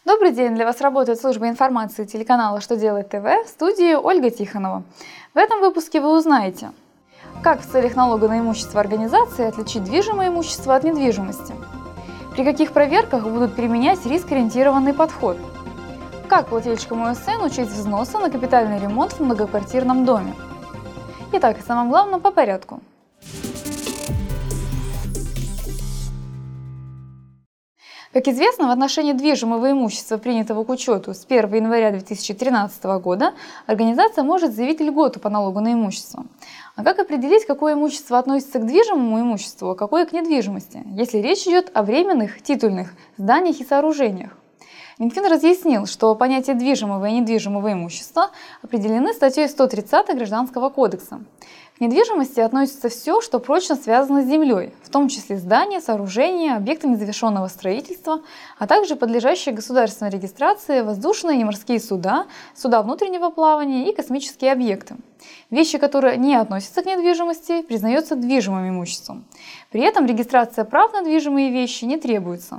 Добрый день! Для вас работает служба информации телеканала «Что делает ТВ», в студии Ольга Тихонова. В этом выпуске вы узнаете, как в целях налога на имущество организации отличить движимое имущество от недвижимости, при каких проверках будут применять риск-ориентированный подход, как плательщикам ОСН учесть взносы на капитальный ремонт в многоквартирном доме. Итак, о самом главном по порядку. Как известно, в отношении движимого имущества, принятого к учету с 1 января 2013 года, организация может заявить льготу по налогу на имущество. А как определить, какое имущество относится к движимому имуществу, а какое к недвижимости, если речь идет о временных, титульных зданиях и сооружениях? Минфин разъяснил, что понятия движимого и недвижимого имущества определены статьей 130 Гражданского кодекса. К недвижимости относится все, что прочно связано с землей, в том числе здания, сооружения, объекты незавершенного строительства, а также подлежащие государственной регистрации воздушные и морские суда, суда внутреннего плавания и космические объекты. Вещи, которые не относятся к недвижимости, признаются движимым имуществом. При этом регистрация прав на движимые вещи не требуется.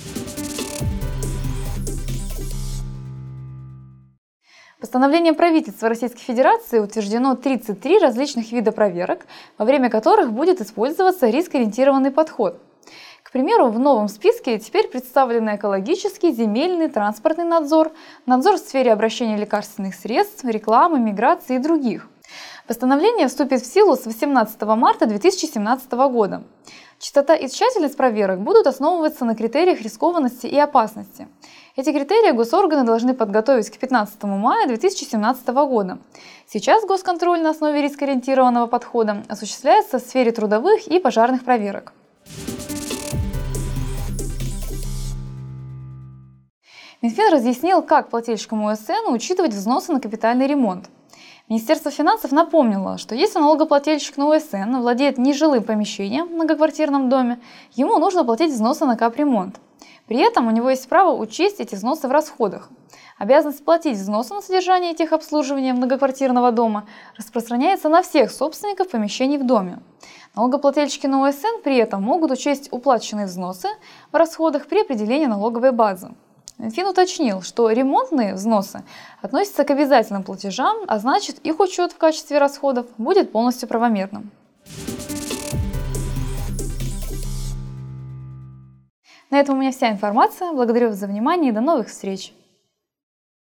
Постановлением правительства Российской Федерации утверждено 33 различных вида проверок, во время которых будет использоваться риск-ориентированный подход. К примеру, в новом списке теперь представлены экологический, земельный, транспортный надзор, надзор в сфере обращения лекарственных средств, рекламы, миграции и других. Постановление вступит в силу с 18 марта 2017 года. Частота и тщательность проверок будут основываться на критериях рискованности и опасности. Эти критерии госорганы должны подготовить к 15 мая 2017 года. Сейчас госконтроль на основе рискоориентированного подхода осуществляется в сфере трудовых и пожарных проверок. Минфин разъяснил, как плательщикам ОСН учитывать взносы на капитальный ремонт. Министерство финансов напомнило, что если налогоплательщик на ОСН владеет нежилым помещением в многоквартирном доме, ему нужно платить взносы на капремонт. При этом у него есть право учесть эти взносы в расходах. Обязанность платить взносы на содержание и техобслуживание многоквартирного дома распространяется на всех собственников помещений в доме. Налогоплательщики на ОСН при этом могут учесть уплаченные взносы в расходах при определении налоговой базы. Минфин уточнил, что ремонтные взносы относятся к обязательным платежам, а значит, их учет в качестве расходов будет полностью правомерным. На этом у меня вся информация. Благодарю вас за внимание и до новых встреч!